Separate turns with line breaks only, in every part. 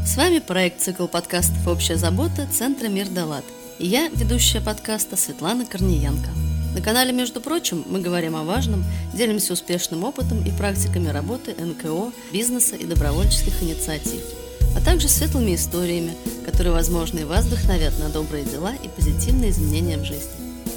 С вами проект «Цикл подкастов «Общая забота» Центра «Мир да Лад». И я, ведущая подкаста Светлана Корниенко. На канале, между прочим, мы говорим о важном, делимся успешным опытом и практиками работы НКО, бизнеса и добровольческих инициатив, а также светлыми историями, которые, возможно, и вас вдохновят на добрые дела и позитивные изменения в жизни.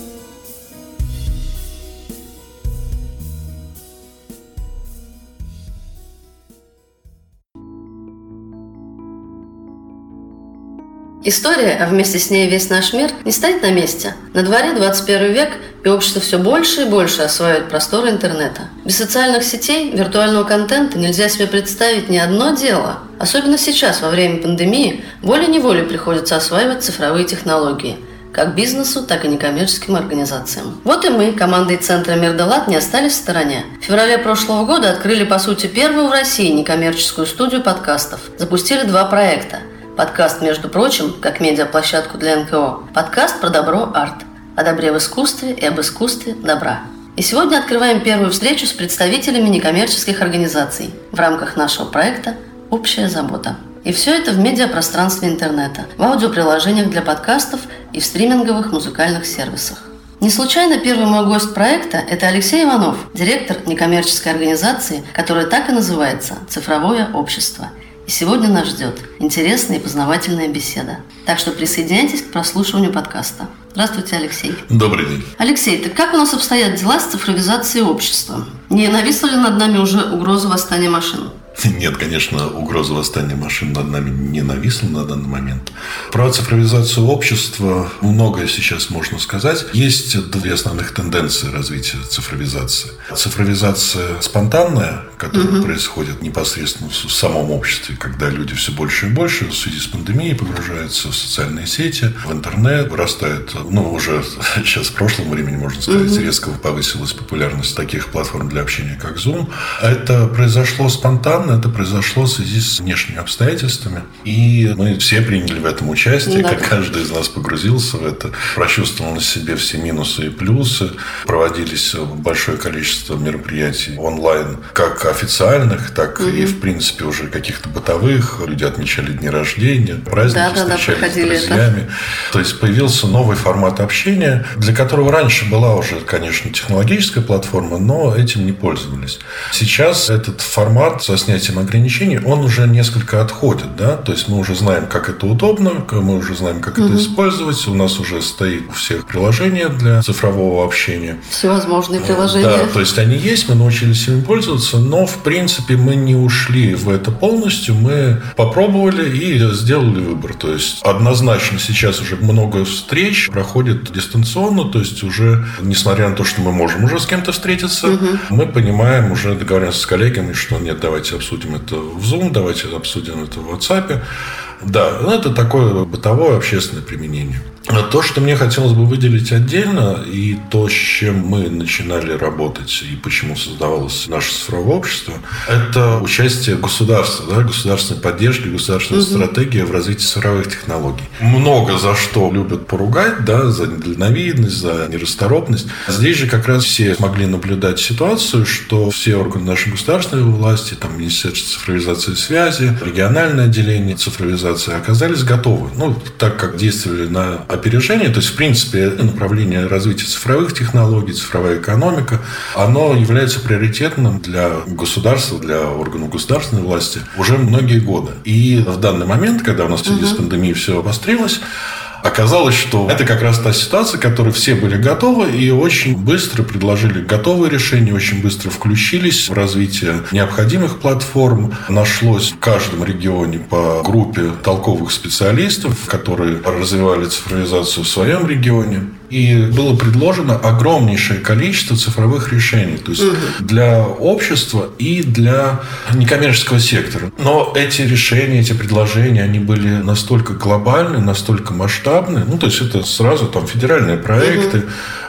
История, а вместе с ней весь наш мир, не стоит на месте. На дворе 21 век, и общество все больше и больше осваивает просторы интернета. Без социальных сетей, виртуального контента нельзя себе представить ни одно дело. Особенно сейчас, во время пандемии, волей-неволей приходится осваивать цифровые технологии. Как бизнесу, так и некоммерческим организациям. Вот и мы, командой Центра «Мир да Лад», не остались в стороне. В феврале прошлого года открыли, по сути, первую в России некоммерческую студию подкастов. Запустили 2 проекта. Подкаст, между прочим, как медиаплощадку для НКО. Подкаст про добро арт. О добре в искусстве и об искусстве добра. И сегодня открываем первую встречу с представителями некоммерческих организаций в рамках нашего проекта «Общая забота». И все это в медиапространстве интернета, в аудиоприложениях для подкастов и в стриминговых музыкальных сервисах. Не случайно первый мой гость проекта – это Алексей Иванов, директор некоммерческой организации, которая так и называется «Цифровое общество». И сегодня нас ждет интересная и познавательная беседа. Так что присоединяйтесь к прослушиванию подкаста. Здравствуйте, Алексей.
Добрый день.
Алексей, так как у нас обстоят дела с цифровизацией общества? Не нависла ли над нами уже угроза восстания машин?
Нет, конечно, угроза восстания машин над нами не нависла на данный момент. Про цифровизацию общества многое сейчас можно сказать. Есть 2 основных тенденции развития цифровизации. Цифровизация спонтанная, которая происходит непосредственно в самом обществе, когда люди все больше и больше в связи с пандемией погружаются в социальные сети, в интернет, вырастает, уже сейчас в прошлом времени, можно сказать, резко повысилась популярность таких платформ для общения, как Zoom. Это произошло спонтанно. Это произошло в связи с внешними обстоятельствами. И мы все приняли в этом участие, как каждый из нас погрузился в это, прочувствовал на себе все минусы и плюсы. Проводились большое количество мероприятий онлайн, как официальных, так и, в принципе, уже каких-то бытовых. Люди отмечали дни рождения, праздники, встречались с друзьями. То есть появился новый формат общения, для которого раньше была уже, конечно, технологическая платформа, но этим не пользовались. Сейчас этот формат со снятием ограничений, он уже несколько отходит, да, то есть мы уже знаем, как это удобно, мы уже знаем, как это использовать, у нас уже стоит у всех приложения для цифрового общения.
Всевозможные приложения.
Да, то есть они есть, мы научились ими пользоваться, но, в принципе, мы не ушли в это полностью, мы попробовали и сделали выбор, то есть однозначно сейчас уже много встреч проходит дистанционно, то есть уже, несмотря на то, что мы можем уже с кем-то встретиться, мы понимаем, уже договоримся с коллегами, что нет, давайте обсудим это в Zoom, давайте обсудим это в WhatsApp. Да, это такое бытовое общественное применение. То, что мне хотелось бы выделить отдельно, и то, с чем мы начинали работать, и почему создавалось наше цифровое общество, это участие государства, государственной поддержки, государственной стратегии в развитии цифровых технологий. Много за что любят поругать, за недальновидность, за нерасторопность. Здесь же как раз все смогли наблюдать ситуацию, что все органы нашей государственной власти, Министерство цифровизации и связи, региональное отделение цифровизации оказались готовы. Так как действовали на опережение, то есть, в принципе, направление развития цифровых технологий, цифровая экономика, оно является приоритетным для государства, для органов государственной власти уже многие годы. И в данный момент, когда у нас в связи с пандемией все обострилось, оказалось, что это как раз та ситуация, к которой все были готовы и очень быстро предложили готовые решения, очень быстро включились в развитие необходимых платформ. Нашлось в каждом регионе по группе толковых специалистов, которые развивали цифровизацию в своем регионе. И было предложено огромнейшее количество цифровых решений, то есть для общества и для некоммерческого сектора. Но эти решения, эти предложения, они были настолько глобальны, настолько масштабны. То есть это сразу федеральные проекты,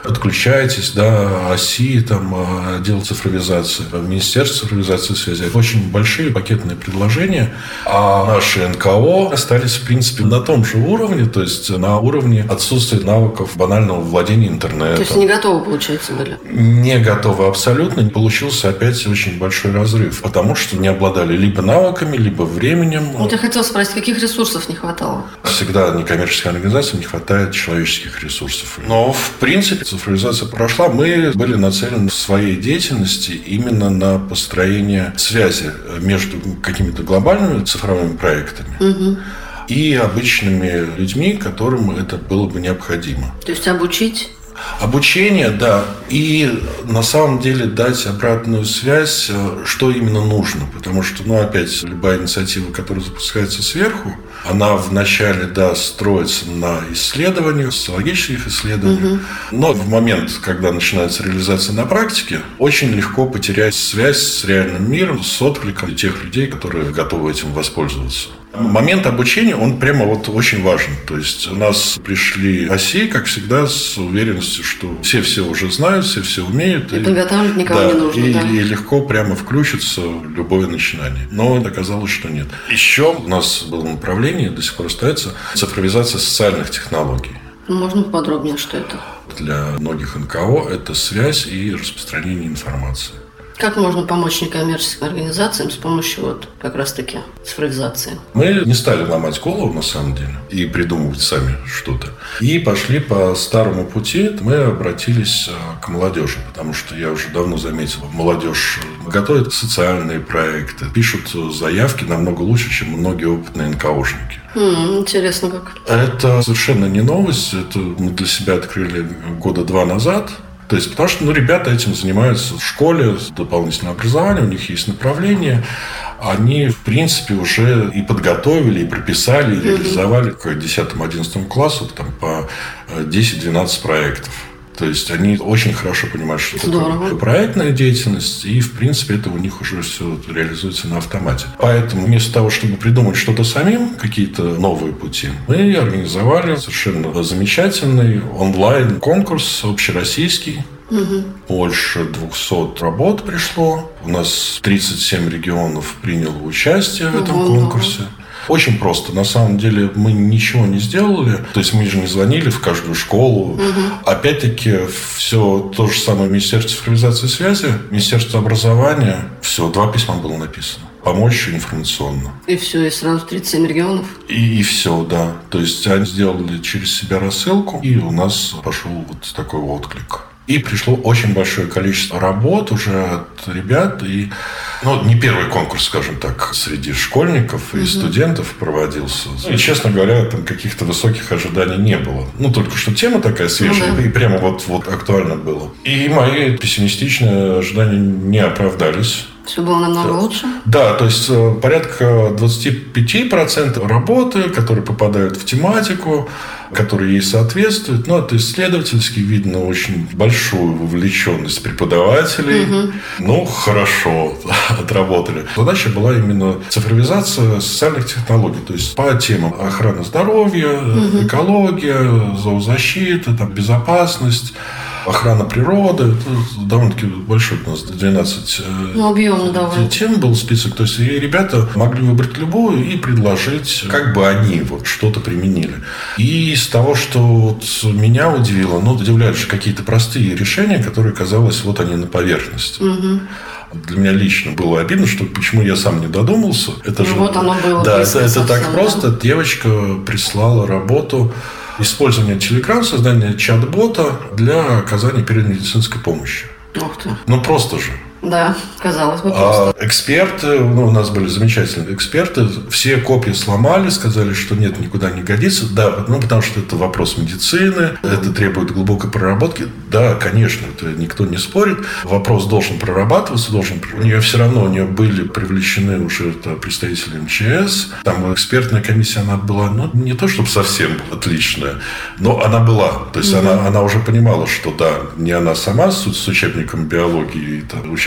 подключайтесь, да, ОСИ, там, отдел цифровизации, Министерство цифровизации и связи. Это очень большие пакетные предложения, а наши НКО остались, в принципе, на том же уровне, то есть на уровне отсутствия навыков банального владения интернетом.
То есть не готовы, получается, были?
Не готовы абсолютно. Получился опять очень большой разрыв, потому что не обладали либо навыками, либо временем.
Вот я хотела спросить, каких ресурсов не хватало?
Всегда некоммерческим организациям не хватает человеческих ресурсов. Но, в принципе, цифровизация прошла. Мы были нацелены в своей деятельности именно на построение связи между какими-то глобальными цифровыми проектами и обычными людьми, которым это было бы необходимо.
То есть обучить?
Обучение, да. И на самом деле дать обратную связь, что именно нужно. Потому что, опять, любая инициатива, которая запускается сверху, она вначале, да, строится на исследованиях, социологических исследованиях. Но в момент, когда начинается реализация на практике, очень легко потерять связь с реальным миром, с откликом тех людей, которые готовы этим воспользоваться. Момент обучения, он прямо вот очень важен. То есть у нас пришли ОСИ, как всегда, с уверенностью, что все уже знают, все умеют.
И подготавливать никого не нужно.
И легко прямо включиться в любое начинание. Но оказалось, что нет. Еще у нас было направление, до сих пор остается, цифровизация социальных технологий.
Можно поподробнее, что это?
Для многих НКО это связь и распространение информации.
Как можно помочь некоммерческим организациям с помощью как раз-таки цифровизации?
Мы не стали ломать голову, на самом деле, и придумывать сами что-то. И пошли по старому пути. Мы обратились к молодежи, потому что я уже давно заметил, молодежь готовит социальные проекты, пишут заявки намного лучше, чем многие опытные НКОшники.
Интересно как.
Это совершенно не новость. Это мы для себя открыли 2 года назад. То есть, потому что ребята этим занимаются в школе, дополнительное образование, у них есть направление. Они, в принципе, уже и подготовили, и прописали, и реализовали к 10-11 классу там, по 10-12 проектов. То есть они очень хорошо понимают, что это проектная деятельность, и, в принципе, это у них уже все реализуется на автомате. Поэтому вместо того, чтобы придумать что-то самим, какие-то новые пути, мы организовали совершенно замечательный онлайн-конкурс общероссийский. Больше 200 работ пришло. У нас 37 регионов приняло участие в этом конкурсе. Очень просто. На самом деле мы ничего не сделали. То есть мы же не звонили в каждую школу. Опять-таки все то же самое Министерство цифровизации и связи, Министерство образования. Все, 2 письма было написано. Помочь информационно.
И все, и сразу 37 регионов?
И все, да. То есть они сделали через себя рассылку, и у нас пошел вот такой отклик. И пришло очень большое количество работ уже от ребят. И, не первый конкурс, скажем так, среди школьников и студентов проводился. И, честно говоря, там каких-то высоких ожиданий не было. Только что тема такая свежая, и прямо вот актуально было. И мои пессимистичные ожидания не оправдались.
Все было намного лучше?
Да, то есть порядка 25% работы, которые попадают в тематику, которые ей соответствуют. Это исследовательски видно очень большую вовлеченность преподавателей. Хорошо отработали. Задача была именно цифровизация социальных технологий. То есть по темам охраны здоровья, экология, зоозащита, безопасность, охрана природы. Это довольно-таки большой у нас 12
объемно довольно.
Тем был список. То есть и ребята могли выбрать любую и предложить, как бы они что-то применили. И из того, что меня удивило, удивляют же какие-то простые решения, которые, казалось, они на поверхности. Для меня лично было обидно, что почему я сам не додумался. Это же
оно было.
Да, это так просто. Да? Девочка прислала работу использование Telegram, создание чат-бота для оказания первой медицинской помощи.
Ух ты.
Просто же.
Да, казалось бы просто.
Эксперты, у нас были замечательные эксперты, все копии сломали, сказали, что нет, никуда не годится. Да, потому что это вопрос медицины, это требует глубокой проработки. Да, конечно, это никто не спорит. Вопрос должен прорабатываться, У нее были привлечены уже представители МЧС. Там экспертная комиссия, она была, не то чтобы совсем отличная, но она была. То есть она уже понимала, что да, не она сама с учебником биологии, учебником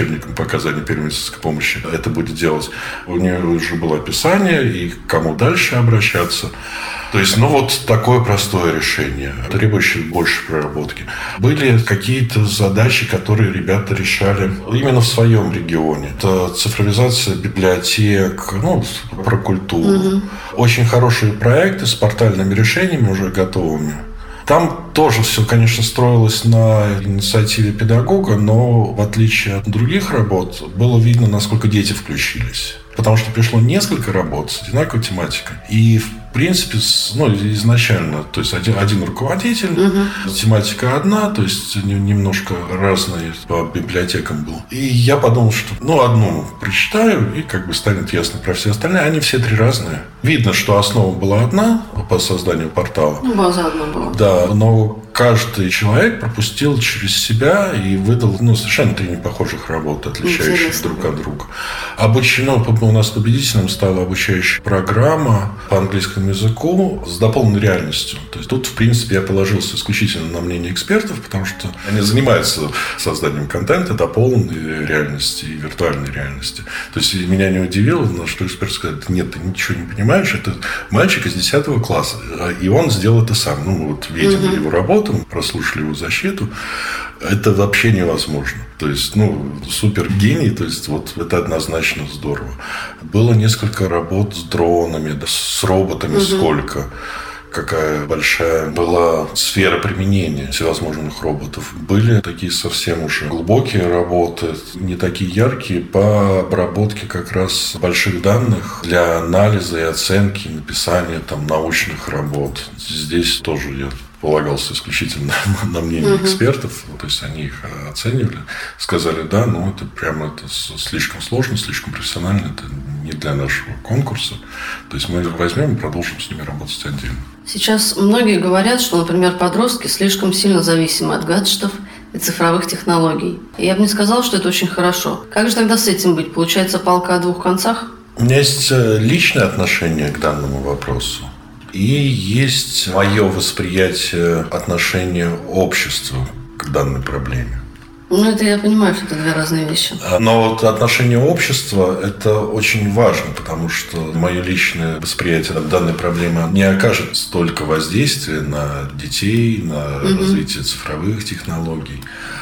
учебником по оказанию первой медицинской помощи это будет делать. У нее уже было описание, и к кому дальше обращаться. То есть, такое простое решение, требующее больше проработки. Были какие-то задачи, которые ребята решали именно в своем регионе. Это цифровизация библиотек, про культуру. Очень хорошие проекты с портальными решениями уже готовыми. Там тоже все, конечно, строилось на инициативе педагога, но в отличие от других работ было видно, насколько дети включились. Потому что пришло несколько работ с одинаковой тематикой. И, в принципе, изначально, то есть один руководитель, тематика одна, то есть немножко разные по библиотекам был. И я подумал, что одну прочитаю, и станет ясно про все остальные. Они все три разные. Видно, что основа была одна по созданию портала.
База одна была.
Да, но каждый человек пропустил через себя и выдал совершенно три непохожих работы, отличающих друг от друга. У нас победителем стала обучающая программа по английскому языку с дополненной реальностью. То есть тут, в принципе, я положился исключительно на мнение экспертов, потому что они занимаются созданием контента дополненной реальности и виртуальной реальности. То есть меня не удивило, что эксперты сказали: нет, ты ничего не понимаешь, это мальчик из 10 класса, и он сделал это сам. Мы видим его работу, мы прослушали его защиту. Это вообще невозможно. То есть, супер гений, то есть, это однозначно здорово. Было несколько работ с дронами, с роботами сколько. Какая большая была сфера применения всевозможных роботов. Были такие совсем уже глубокие работы, не такие яркие, по обработке как раз больших данных для анализа и оценки, написания научных работ. Здесь тоже я полагался исключительно на мнение экспертов. То есть они их оценивали, сказали: да, это слишком сложно, слишком профессионально, это не для нашего конкурса. То есть мы возьмем и продолжим с ними работать отдельно.
Сейчас многие говорят, что, например, подростки слишком сильно зависимы от гаджетов и цифровых технологий. И я бы не сказала, что это очень хорошо. Как же тогда с этим быть? Получается, палка о двух концах?
У меня есть личное отношение к данному вопросу. И есть мое восприятие отношения общества к данной проблеме.
Это я понимаю, что это две разные вещи.
Но отношение общества – это очень важно, потому что мое личное восприятие данной проблемы не окажет столько воздействия на детей, на развитие цифровых технологий,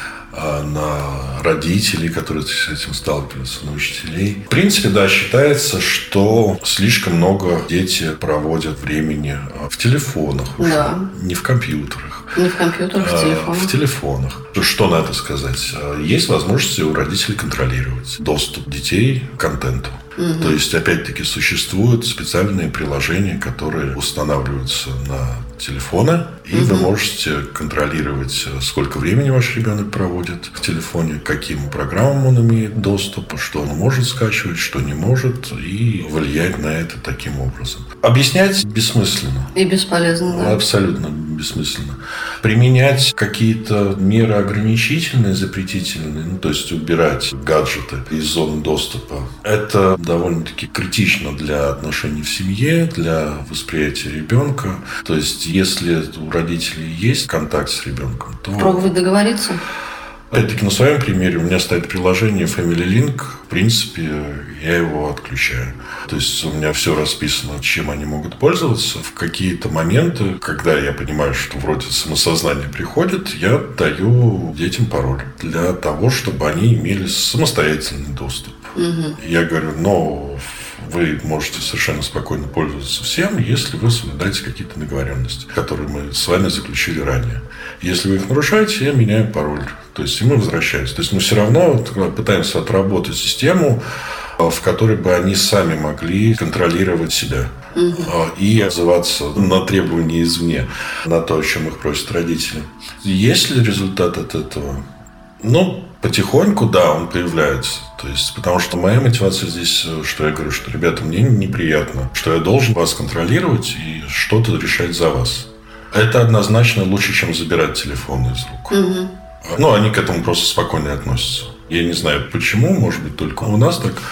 на родителей, которые с этим сталкиваются, на учителей. В принципе, считается, что слишком много дети проводят времени в телефонах, не в компьютерах.
Не в компьютерах, в телефонах.
В телефонах. Что на это сказать? Есть возможность у родителей контролировать доступ детей к контенту. То есть, опять-таки, существуют специальные приложения, которые устанавливаются на телефоны, и вы можете контролировать, сколько времени ваш ребенок проводит в телефоне, к каким программам он имеет доступ, что он может скачивать, что не может, и влиять на это таким образом. Объяснять бессмысленно.
И бесполезно, да.
Абсолютно бессмысленно. Применять какие-то меры ограничительные, запретительные, то есть убирать гаджеты из зоны доступа, это довольно-таки критично для отношений в семье, для восприятия ребенка. То есть, если у родителей есть контакт с ребенком, то...
Пробовать договориться?
Опять-таки, на своем примере у меня стоит приложение Family Link. В принципе, я его отключаю. То есть, у меня все расписано, чем они могут пользоваться. В какие-то моменты, когда я понимаю, что вроде самосознание приходит, я даю детям пароль для того, чтобы они имели самостоятельный доступ. Я говорю, вы можете совершенно спокойно пользоваться всем, если вы соблюдаете какие-то договоренности, которые мы с вами заключили ранее. Если вы их нарушаете, я меняю пароль. То есть, и мы возвращаемся. То есть, мы все равно пытаемся отработать систему, в которой бы они сами могли контролировать себя и отзываться на требования извне, на то, о чем их просят родители. Есть ли результат от этого? Потихоньку, он появляется. То есть, потому что моя мотивация здесь, что я говорю, что, ребята, мне неприятно, что я должен вас контролировать и что-то решать за вас. Это однозначно лучше, чем забирать телефон из рук. Они к этому просто спокойно относятся. Я не знаю, почему, может быть, только у нас так.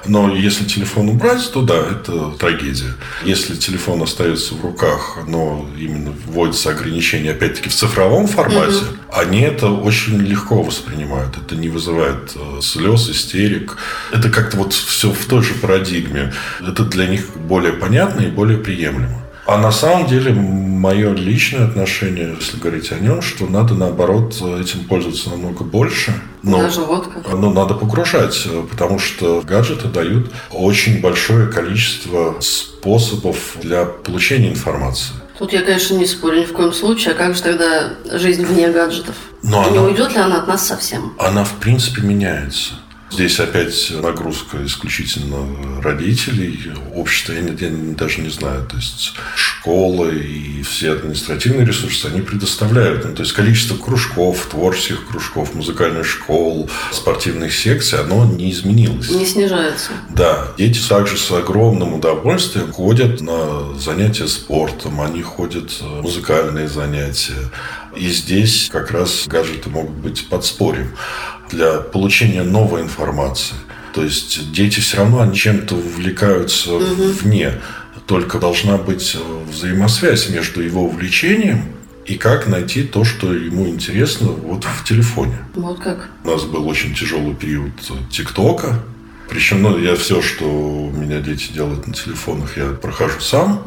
Но если телефон убрать, то да, это трагедия. Если телефон остается в руках, но именно вводится ограничение, опять-таки, в цифровом формате, они это очень легко воспринимают. Это не вызывает слез, истерик. Это как-то вот все в той же парадигме. Это для них более понятно и более приемлемо. А на самом деле, мое личное отношение, если говорить о нем, что надо, наоборот, этим пользоваться намного больше.
Даже вот как.
Но надо погружать, потому что гаджеты дают очень большое количество способов для получения информации.
Тут я, конечно, не спорю ни в коем случае. А как же тогда жизнь вне гаджетов? Не уйдет ли она от нас совсем?
Она, в принципе, меняется. Здесь опять нагрузка исключительно родителей, общества, я даже не знаю, то есть школы и все административные ресурсы они предоставляют. То есть количество кружков, творческих кружков, музыкальных школ, спортивных секций, оно не изменилось.
Не снижается.
Да, дети также с огромным удовольствием ходят на занятия спортом, они ходят в музыкальные занятия. И здесь как раз гаджеты могут быть подспорьем для получения новой информации. То есть дети все равно они чем-то увлекаются вне. Только должна быть взаимосвязь между его увлечением и как найти то, что ему интересно вот в телефоне.
Вот как.
У нас был очень тяжелый период ТикТока. Причем я все, что у меня дети делают на телефонах, я прохожу сам.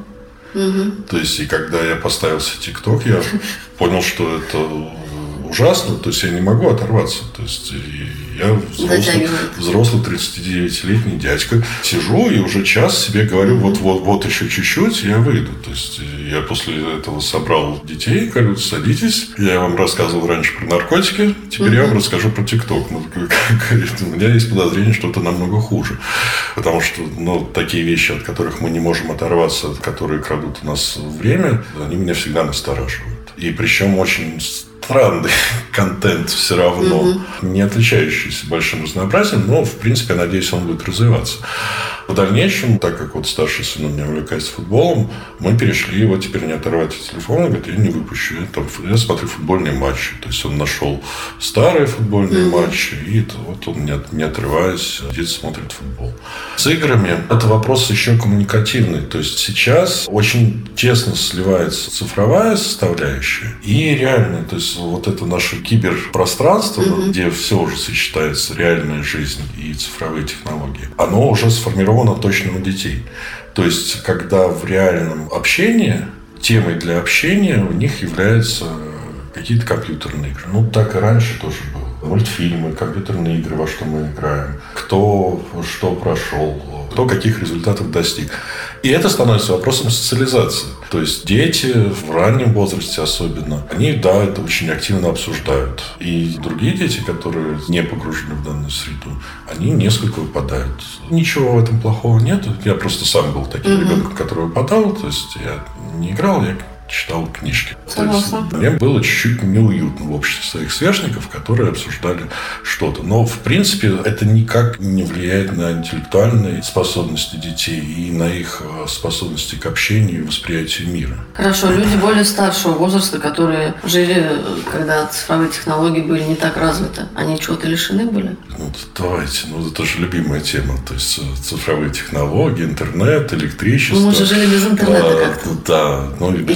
То есть, и когда я поставил себе ТикТок, я понял, что это ужасно, то есть я не могу оторваться. То есть я взрослый 39-летний дядька, сижу и уже час себе говорю, вот еще чуть-чуть, я выйду. То есть я после этого собрал детей, говорю, садитесь. Я вам рассказывал раньше про наркотики, теперь я вам расскажу про ТикТок. У меня есть подозрение, что это намного хуже. Потому что такие вещи, от которых мы не можем оторваться, которые крадут у нас время, они меня всегда настораживают. И причем очень странный контент все равно, не отличающийся большим разнообразием, но, в принципе, я надеюсь, он будет развиваться. В дальнейшем, так как вот старший сын у меня увлекается футболом, мы перешли его теперь не оторвать от телефона, говорит, я не выпущу, я смотрю футбольные матчи. То есть он нашел старые футбольные матчи, и вот он, не отрываясь, сидит, смотрит футбол. С играми это вопрос еще коммуникативный. То есть сейчас очень тесно сливается цифровая составляющая и реальная. То есть вот это наше киберпространство, где все уже сочетается, реальная жизнь и цифровые технологии, оно уже сформировано точно у детей. То есть, когда в реальном общении темой для общения у них являются какие-то компьютерные игры. Так и раньше тоже было. Мультфильмы, компьютерные игры, во что мы играем. Кто что прошел, кто каких результатов достиг. И это становится вопросом социализации. То есть дети в раннем возрасте особенно, они, это очень активно обсуждают. И другие дети, которые не погружены в данную среду, они несколько выпадают. Ничего в этом плохого нет. Я просто сам был таким ребенком, который выпадал. То есть я не играл, я читал книжки. То есть мне было чуть-чуть неуютно в обществе своих сверстников, которые обсуждали что-то. Но, в принципе, это никак не влияет на интеллектуальные способности детей и на их способности к общению и восприятию мира.
Хорошо, люди более старшего возраста, которые жили, когда цифровые технологии были не так развиты, они чего-то лишены были?
Давайте, это же любимая тема. То есть цифровые технологии, интернет, электричество.
Мы же жили без интернета как-то.
Да, и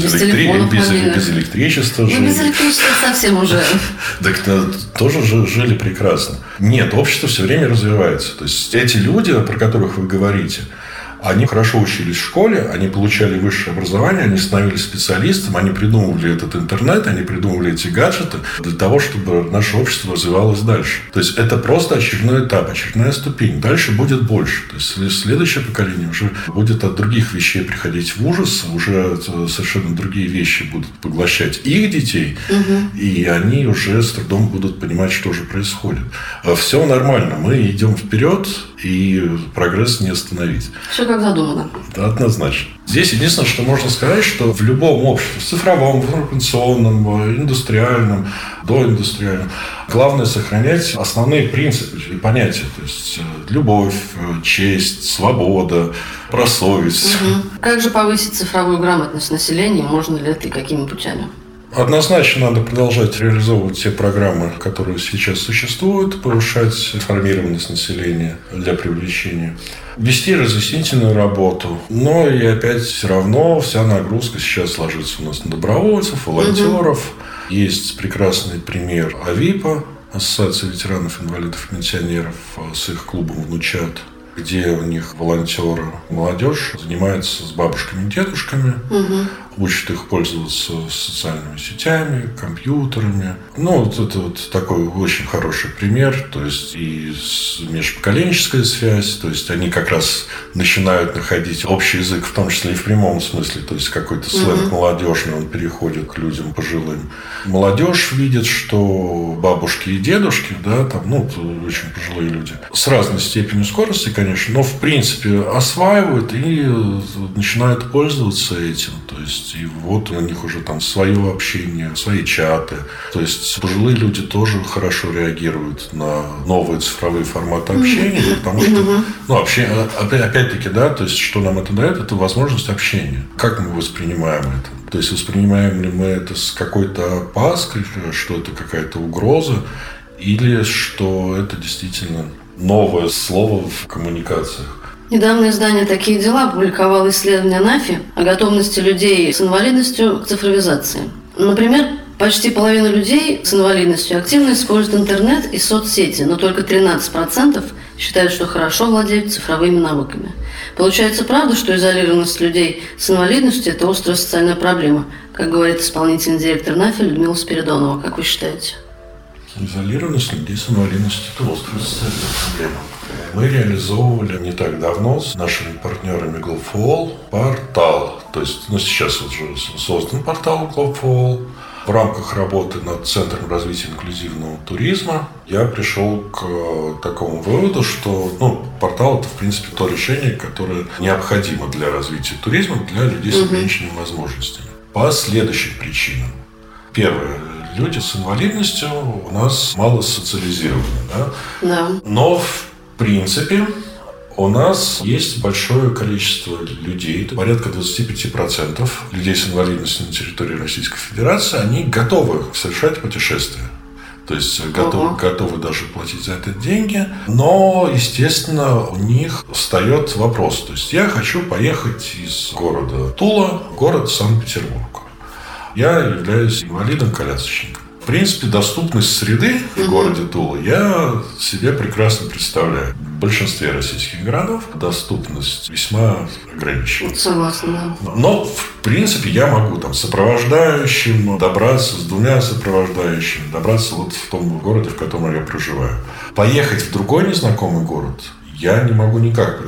без электричества жили.
Без электричества совсем уже.
Так тоже жили прекрасно. Нет, общество все время развивается. То есть эти люди, про которых вы говорите, они хорошо учились в школе, они получали высшее образование, они становились специалистами, они придумывали этот интернет, они придумывали эти гаджеты для того, чтобы наше общество развивалось дальше. То есть это просто очередной этап, очередная ступень. Дальше будет больше. То есть следующее поколение уже будет от других вещей приходить в ужас, уже совершенно другие вещи будут поглощать их детей, и они уже с трудом будут понимать, что же происходит. Все нормально, мы идем вперед, и прогресс не остановить.
Все как задумано.
Да, однозначно. Здесь единственное, что можно сказать, что в любом обществе, в цифровом, в информационном, индустриальном, доиндустриальном, главное сохранять основные принципы и понятия. То есть любовь, честь, свобода, про совесть.
Как же повысить цифровую грамотность населения? Можно ли это и какими путями?
Однозначно надо продолжать реализовывать те программы, которые сейчас существуют, повышать информированность населения для привлечения, вести разъяснительную работу. Но и опять все равно вся нагрузка сейчас ложится у нас на добровольцев, волонтеров. Есть прекрасный пример АВИПа, Ассоциации ветеранов, инвалидов и пенсионеров, с их клубом «Внучат», где у них волонтеры, молодежь занимается с бабушками и дедушками, учат их пользоваться социальными сетями, компьютерами. Вот это вот такой очень хороший пример. То есть и межпоколенческая связь. То есть они как раз начинают находить общий язык, в том числе и в прямом смысле. То есть какой-то сленг молодежный, он переходит к людям пожилым. Молодежь видит, что бабушки и дедушки, да, там, очень пожилые люди, с разной степенью скорости, конечно, но в принципе осваивают и начинают пользоваться этим. То есть и вот у них уже там свое общение, свои чаты. То есть пожилые люди тоже хорошо реагируют на новые цифровые форматы общения, потому что, общение, опять-таки, да, то есть что нам это дает, это возможность общения. Как мы воспринимаем это? То есть воспринимаем ли мы это с какой-то опаской, что это какая-то угроза, или что это действительно новое слово в коммуникациях?
Недавно издание «Такие дела» опубликовало исследование НАФИ о готовности людей с инвалидностью к цифровизации. Например, почти половина людей с инвалидностью активно используют интернет и соцсети, но только 13% считают, что хорошо владеют цифровыми навыками. Получается, правда, что изолированность людей с инвалидностью – это острая социальная проблема, как говорит исполнительный директор НАФИ Людмила Спиридонова. Как вы считаете?
Изолированность людей с инвалидностью – это острая социальная проблема. Мы реализовывали не так давно с нашими партнерами GlobeFall портал. То есть, сейчас уже создан портал GlobeFall. В рамках работы над Центром развития инклюзивного туризма я пришел к такому выводу, что портал – это, в принципе, то решение, которое необходимо для развития туризма для людей с ограниченными возможностями. По следующим причинам. Первое. Люди с инвалидностью у нас мало социализированы.
Да.
Но, в принципе, у нас есть большое количество людей, порядка 25% людей с инвалидностью на территории Российской Федерации, они готовы совершать путешествия. То есть готовы даже платить за это деньги. Но, естественно, у них встает вопрос. То есть я хочу поехать из города Тула в город Санкт-Петербург. Я являюсь инвалидом-колясочником. В принципе, доступность среды в городе Тула я себе прекрасно представляю. В большинстве российских городов доступность весьма ограничена.
Согласна, да.
Но, в принципе, я могу сопровождающим добраться, с двумя сопровождающими, добраться в том городе, в котором я проживаю. Поехать в другой незнакомый город я не могу никак,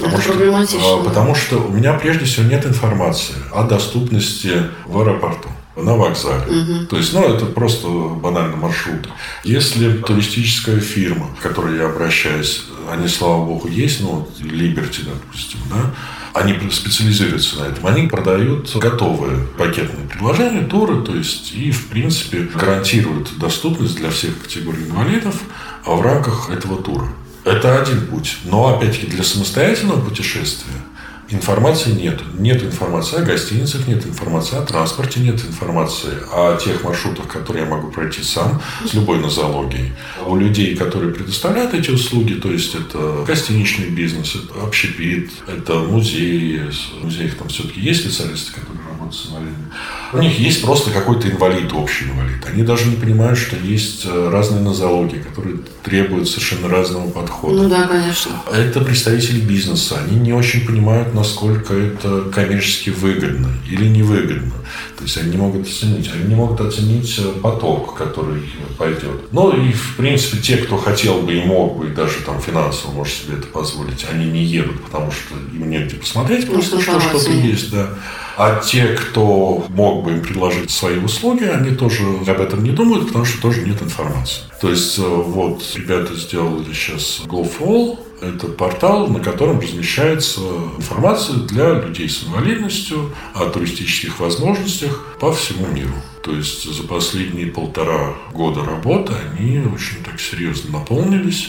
потому что у меня прежде всего нет информации о доступности в аэропорту, на вокзале. То есть, это просто банально маршрут. Если туристическая фирма, к которой я обращаюсь, они, слава богу, есть, Liberty, допустим, да, они специализируются на этом. Они продают готовые пакетные предложения, туры, то есть, и, в принципе, гарантируют доступность для всех категорий инвалидов в рамках этого тура. Это один путь. Но, опять-таки, для самостоятельного путешествия информации нет. Нет информации о гостиницах, нет информации о транспорте, нет информации о тех маршрутах, которые я могу пройти сам с любой нозологией. У людей, которые предоставляют эти услуги, то есть это гостиничный бизнес, это общепит, это музеи. В музеях там все-таки есть специалисты, которые работают с инвалидами. У них есть просто какой-то инвалид, общий инвалид. Они даже не понимают, что есть разные нозологии, которые требуют совершенно разного подхода.
Да, конечно.
Это представители бизнеса. Они не очень понимают, насколько это коммерчески выгодно или невыгодно. То есть они не могут оценить. Они не могут оценить поток, который пойдет. И, в принципе, те, кто хотел бы и мог бы, и даже финансово может себе это позволить, они не едут, потому что им негде посмотреть, просто что-то есть, да. А те, кто мог бы им предложить свои услуги, они тоже об этом не думают, потому что тоже нет информации. То есть, ребята сделали сейчас GlobeFall. Это портал, на котором размещается информация для людей с инвалидностью о туристических возможностях по всему миру. То есть за последние 1,5 года работы они очень так серьезно наполнились.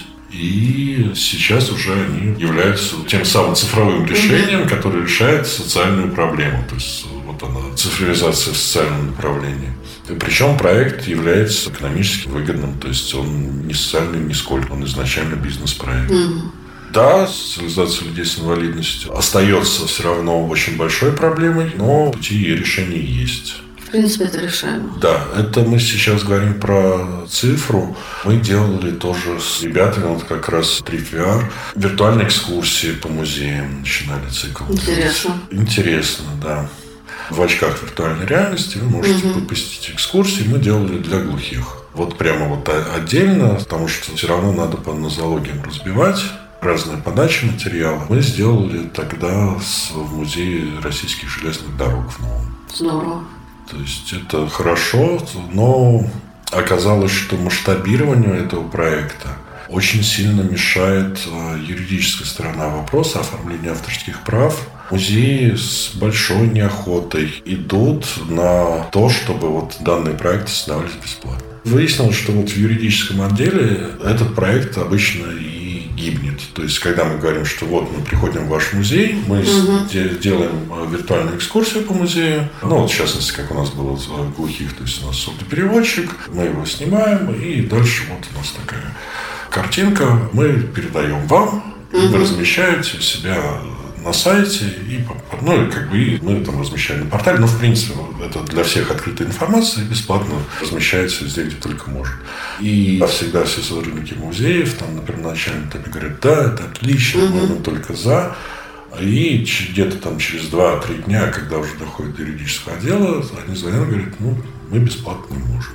И сейчас уже они являются тем самым цифровым решением, которое решает социальную проблему. То есть она цифровизация в социальном направлении. Причем проект является экономически выгодным, то есть он не социальный нисколько, он изначально бизнес-проект. Да, социализация людей с инвалидностью остается все равно очень большой проблемой, но пути ее решения есть.
В принципе, это решаемо.
Да, это мы сейчас говорим про цифру. Мы делали тоже с ребятами, вот как раз TripVR, виртуальные экскурсии по музеям, начинали цикл.
Интересно.
Интересно, да. В очках виртуальной реальности вы можете посетить экскурсии. Мы делали для глухих. Вот прямо вот отдельно, потому что все равно надо по нозологиям разбивать. Разные подачи материала. Мы сделали тогда в Музее российских железных дорог в Новом.
Здорово.
То есть это хорошо, но оказалось, что масштабированию этого проекта очень сильно мешает юридическая сторона вопроса оформления авторских прав. Музеи с большой неохотой идут на то, чтобы вот данные проекты создавались бесплатно. Выяснилось, что вот в юридическом отделе этот проект обычно и гибнет. То есть, когда мы говорим, что вот мы приходим в ваш музей, мы делаем виртуальную экскурсию по музею. Ну, вот в частности, как у нас было в глухих, то есть у нас сурдопереводчик, мы его снимаем, и дальше вот у нас такая картинка, мы передаем вам, и вы размещаете у себя на сайте, и мы там размещаем на портале. Но, в принципе, это для всех открытая информация, бесплатно размещается везде, где только может. И всегда все сотрудники музеев, там, например, на начальном этапе говорят, да, это отлично, мы только за. И где-то там через 2-3 дня, когда уже доходит до юридического отдела, они звонят и говорят, мы бесплатно не можем.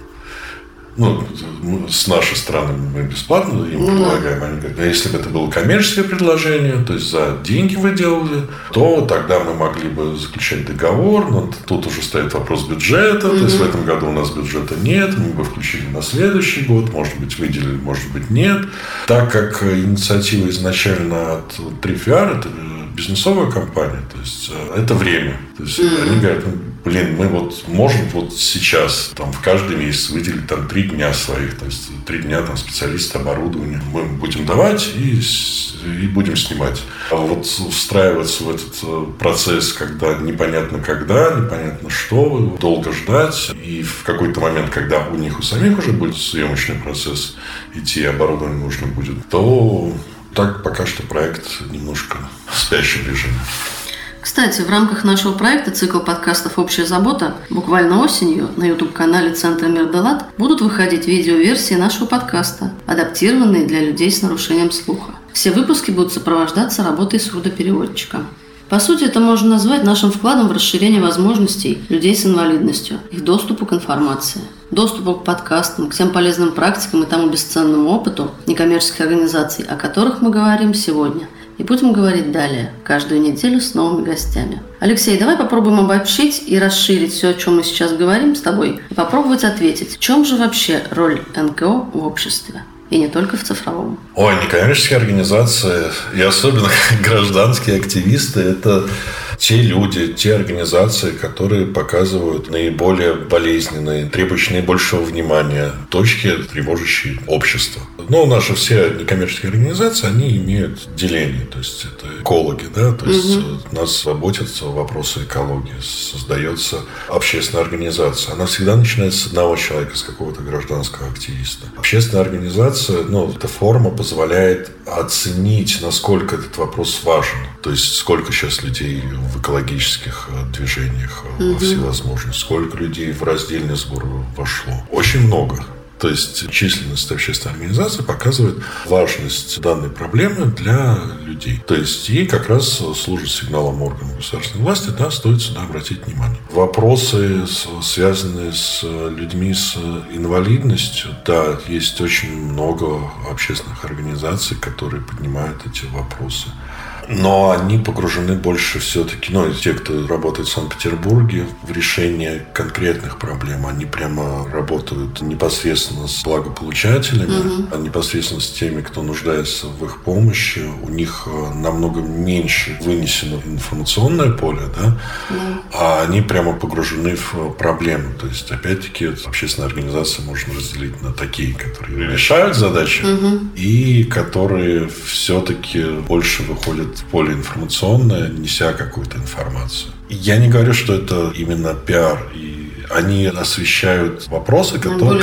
С нашей стороны мы бесплатно им предлагаем. Они говорят, если бы это было коммерческое предложение, то есть за деньги вы делали, то тогда мы могли бы заключать договор, но тут уже стоит вопрос бюджета, то есть в этом году у нас бюджета нет, мы бы включили на следующий год, может быть, выделили, может быть, нет. Так как инициатива изначально от TripVR, это бизнесовая компания, то есть это время. То есть они говорят, мы вот можем вот сейчас там в каждый месяц выделить там 3 дня своих, то есть 3 дня там специалисты оборудования мы будем давать и будем снимать. А вот встраиваться в этот процесс, когда непонятно что, долго ждать, и в какой-то момент, когда у них у самих уже будет съемочный процесс идти, оборудование нужно будет, то так пока что проект немножко в спящем режиме.
Кстати, в рамках нашего проекта цикл подкастов «Общая забота» буквально осенью на YouTube-канале Центра Мир-де-Лад будут выходить видеоверсии нашего подкаста, адаптированные для людей с нарушением слуха. Все выпуски будут сопровождаться работой сурдопереводчика. По сути, это можно назвать нашим вкладом в расширение возможностей людей с инвалидностью, их доступу к информации, доступу к подкастам, к всем полезным практикам и тому бесценному опыту некоммерческих организаций, о которых мы говорим сегодня. И будем говорить далее, каждую неделю с новыми гостями. Алексей, давай попробуем обобщить и расширить все, о чем мы сейчас говорим с тобой, и попробовать ответить, в чем же вообще роль НКО в обществе? И не только в цифровом.
Некоммерческие организации, и особенно гражданские активисты, это те люди, те организации, которые показывают наиболее болезненные, требующие наибольшего внимания точки, тревожащие общество. Но наши все некоммерческие организации, они имеют деление. То есть это экологи, да, то есть нас заботятся вопросы экологии. Создается общественная организация. Она всегда начинается с одного человека, с какого-то гражданского активиста. Общественная организация, эта форма позволяет оценить, насколько этот вопрос важен. То есть сколько сейчас людей в экологических движениях всевозможных, сколько людей в раздельный сбор вошло. Очень много. То есть численность общественной организации показывает важность данной проблемы для людей. То есть и как раз служит сигналом органов государственной власти, да, стоит сюда обратить внимание. Вопросы, связанные с людьми с инвалидностью, да, есть очень много общественных организаций, которые поднимают эти вопросы. Но они погружены больше все-таки, те, кто работает в Санкт-Петербурге, в решении конкретных проблем. Они прямо работают непосредственно с благополучателями, а непосредственно с теми, кто нуждается в их помощи. У них намного меньше вынесено информационное поле, да, а они прямо погружены в проблемы. То есть, опять-таки, общественная организация можно разделить на такие, которые решают задачи, и которые все-таки больше выходят в поле информационное, неся какую-то информацию. Я не говорю, что это именно пиар и Они освещают вопросы,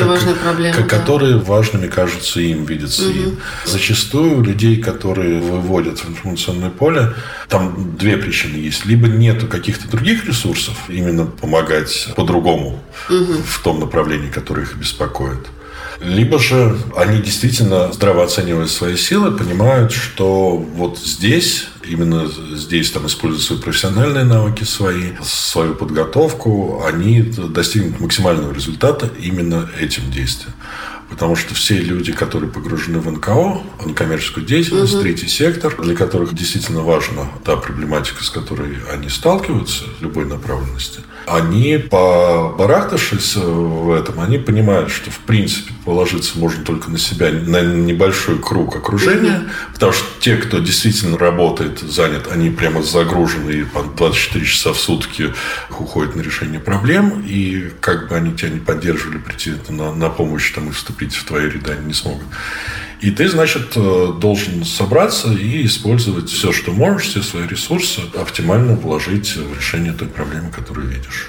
которые важными кажутся им, видятся им. Зачастую у людей, которые выводят в информационное поле, там две причины есть. Либо нету каких-то других ресурсов, именно помогать по-другому в том направлении, которое их беспокоит. Либо же они действительно здраво оценивают свои силы, понимают, что вот здесь, именно здесь там используют свои профессиональные навыки, свою подготовку, они достигнут максимального результата именно этим действием. Потому что все люди, которые погружены в НКО, некоммерческую деятельность, третий сектор, для которых действительно важна та проблематика, с которой они сталкиваются, любой направленности, они, побарахтавшись в этом, они понимают, что в принципе положиться можно только на себя, на небольшой круг окружения, потому что те, кто действительно работает, занят, они прямо загружены и по 24 часа в сутки уходят на решение проблем, и как бы они тебя не поддерживали, прийти на помощь там, и вступить в твои ряды они не смогут. И ты, значит, должен собраться и использовать все, что можешь, все свои ресурсы, оптимально вложить в решение той проблемы, которую видишь.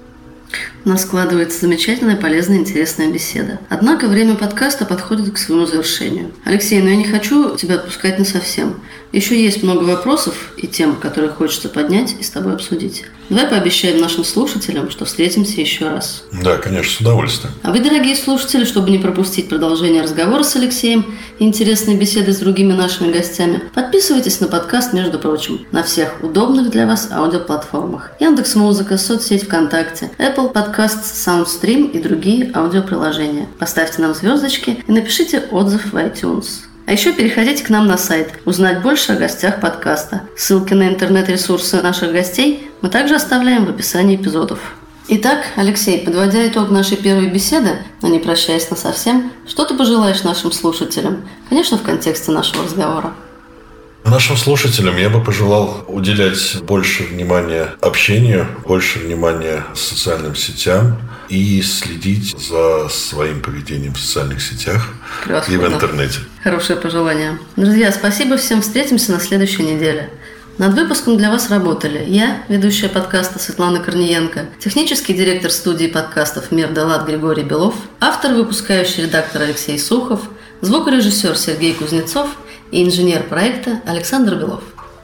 У нас складывается замечательная, полезная, интересная беседа. Однако время подкаста подходит к своему завершению. Алексей, но я не хочу тебя отпускать насовсем. Еще есть много вопросов и тем, которые хочется поднять и с тобой обсудить. Давай пообещаем нашим слушателям, что встретимся еще раз.
Да, конечно, с удовольствием.
А вы, дорогие слушатели, чтобы не пропустить продолжение разговора с Алексеем и интересные беседы с другими нашими гостями, подписывайтесь на подкаст, между прочим, на всех удобных для вас аудиоплатформах. Яндекс.Музыка, соцсеть ВКонтакте, Apple Podcasts, SoundStream и другие аудиоприложения. Поставьте нам звездочки и напишите отзыв в iTunes. А еще переходите к нам на сайт, узнать больше о гостях подкаста. Ссылки на интернет-ресурсы наших гостей мы также оставляем в описании эпизодов. Итак, Алексей, подводя итог нашей первой беседы, но не прощаясь насовсем, что ты пожелаешь нашим слушателям? Конечно, в контексте нашего разговора.
Нашим слушателям я бы пожелал уделять больше внимания общению, больше внимания социальным сетям и следить за своим поведением в социальных сетях и в интернете.
Хорошее пожелание. Друзья, спасибо всем. Встретимся на следующей неделе. Над выпуском для вас работали я, ведущая подкаста Светлана Корниенко, технический директор студии подкастов «Мир да лад» Григорий Белов, автор, выпускающий редактор Алексей Сухов, звукорежиссер Сергей Кузнецов и инженер проекта Александр Белов.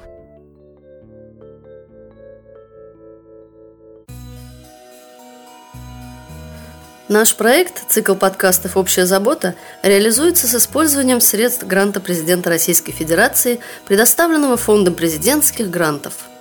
Наш проект, цикл подкастов «Общая забота», реализуется с использованием средств гранта президента Российской Федерации, предоставленного Фондом президентских грантов.